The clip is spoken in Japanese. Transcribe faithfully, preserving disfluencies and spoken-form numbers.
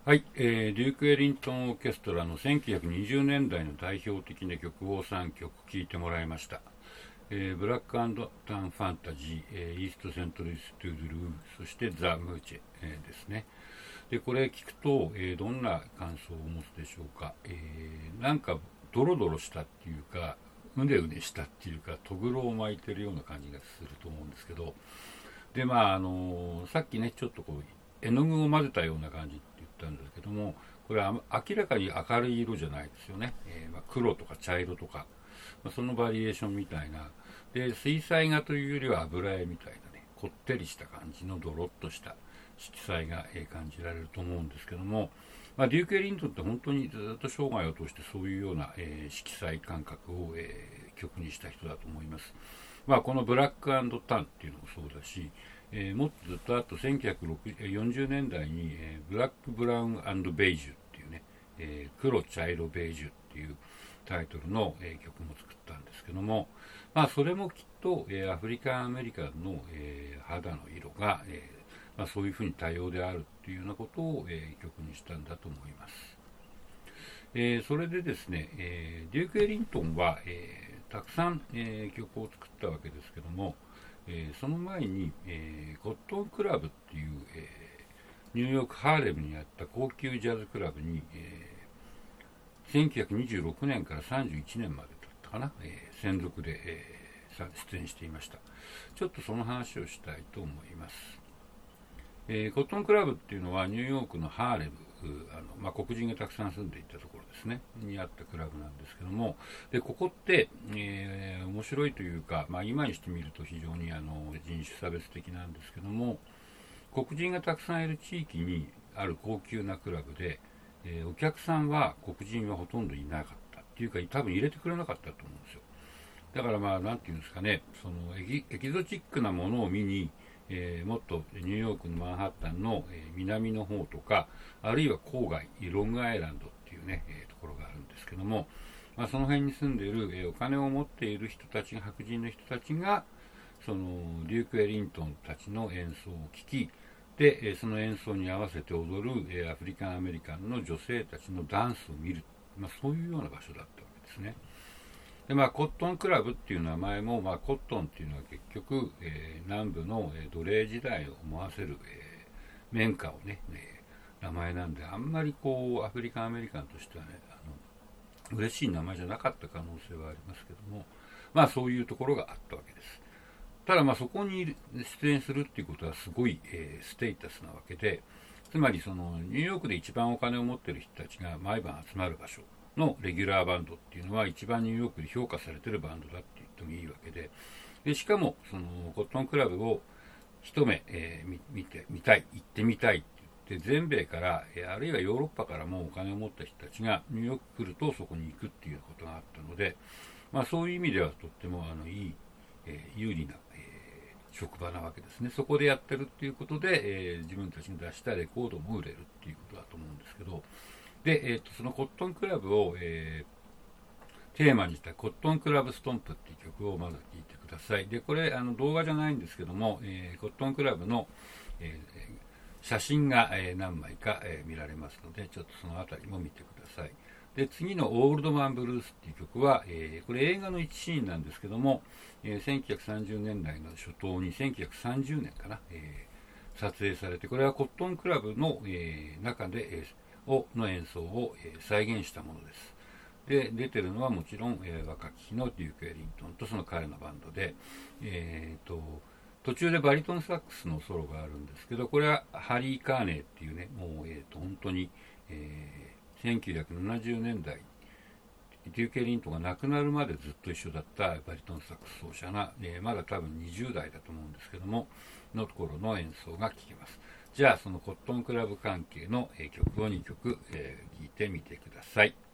はい、えー、デューク・エリントン・オーケストラのせんきゅうひゃくにじゅうねんだいの代表的な曲をさんきょく聴いてもらいました。えー、ブラックタンファンタジー、えー、イースト・セントルイス・トゥ・ドゥルー、そしてザ・ムーチェ、えー、ですね。で、これ聞くと、えー、どんな感想を持つでしょうか。えー、なんかドロドロしたっていうか、うねうねしたっていうか、とぐろを巻いてるような感じがすると思うんですけど、で、まあ、あのーさっきね、ちょっとこう、絵の具を混ぜたような感じって言ったんですけども、これは明らかに明るい色じゃないですよね。えーまあ、黒とか茶色とか、まあ、そのバリエーションみたいな。で、水彩画というよりは油絵みたいなね、こってりした感じのドロッとした色彩が、えー感じられると思うんですけども、まあ、デューク・エリントンって本当にずっと生涯を通してそういうような、えー色彩感覚を、えー曲にした人だと思います。まあ、このブラックタンっていうのもそうだし、えーもっとずっとあとせんきゅうひゃくよんじゅうねんだいに、えーブラック・ブラウンベージュっていうね、えー黒茶色ベージュっていうタイトルの、えー曲も作ったんですけども、まあ、それもきっと、えーアフリカンアメリカンの、えー肌の色が、えーまあ、そういうふうに多様であるっていうようなことを、えー曲にしたんだと思います。えーそれでですね、えーデューク・エリントンは、えーたくさん、えー曲を作ったわけですけども、えーその前に、えーコットンクラブっていう、えーニューヨーク・ハーレムにあった高級ジャズクラブに、えーせんきゅうひゃくにじゅうろくねんからさんじゅういちねんまでだったかな、えー専属で、えー出演していました。ちょっとその話をしたいと思います。えーコットンクラブっていうのはニューヨークのハーレム、あのまあ、黒人がたくさん住んでいたところですねにあったクラブなんですけども、でここって、えー面白いというか、まあ、今にしてみると非常にあの人種差別的なんですけども、黒人がたくさんいる地域にある高級なクラブで、えーお客さんは黒人はほとんどいなかったっていうか、多分入れてくれなかったと思うんですよ。だからまあなんていうんですかね、そのエキエキゾチックなものを見に、えーもっとニューヨークのマンハッタンの、えー南の方とか、あるいは郊外ロングアイランドっていうね、えーところがあるんですけども、まあ、その辺に住んでいる、えーお金を持っている人たち、白人の人たちがそのデューク・エリントンたちの演奏を聴き、で、えーその演奏に合わせて踊る、えーアフリカンアメリカンの女性たちのダンスを見る、まあ、そういうような場所だったわけですね。で、まあ、コットンクラブっていう名前も、まあ、コットンっていうのは結局、えー南部の、えー奴隷時代を思わせる、えー綿花をね、えー名前なんで、あんまりこうアフリカンアメリカンとしてはね、あの嬉しい名前じゃなかった可能性はありますけども、まあそういうところがあったわけです。ただまあそこに出演するっていうことはすごい、えーステータスなわけで、つまりそのニューヨークで一番お金を持っている人たちが毎晩集まる場所のレギュラーバンドっていうのは一番ニューヨークで評価されているバンドだって言ってもいいわけで、でしかもそのコットンクラブを一目、えー見見てみたい、行ってみたいって言って全米から、えーあるいはヨーロッパからもお金を持った人たちがニューヨーク来るとそこに行くっていうことがあったので、まあ、そういう意味ではとってもあのいい、えー有利な、えー職場なわけですね。そこでやってるっていうことで、えー自分たちの出したレコードも売れるっていうことだと思うんですけど、で、えーとそのコットンクラブを、えーテーマにしたコットンクラブストンプっていう曲をまず聴いてください。で、これあの動画じゃないんですけども、えーコットンクラブの、えー写真が、えー何枚か、えー見られますので、ちょっとそのあたりも見てください。で、次のオールドマンブルースっていう曲は、えーこれ映画の一シーンなんですけども、えーせんきゅうひゃくさんじゅうねんだいの初頭にせんきゅうひゃくさんじゅうねんかな、えー撮影されて、これはコットンクラブの、えー中で、えーをの演奏を、えー再現したものです。で出てるのはもちろん、えー若き日のデューク・エリントンとその彼のバンドで、えー、と途中でバリトンサックスのソロがあるんですけど、これはハリー・カーネーっていうね、もう、えー、と本当に、えーせんきゅうひゃくななじゅうねんだいデューク・エリントンが亡くなるまでずっと一緒だったバリトンサックス奏者が、えーまだ多分にじゅうだいだと思うんですけどもの頃の演奏が聴けます。じゃあそのコットンクラブ関係の、えー曲をにきょく、えー、聴いてみてください。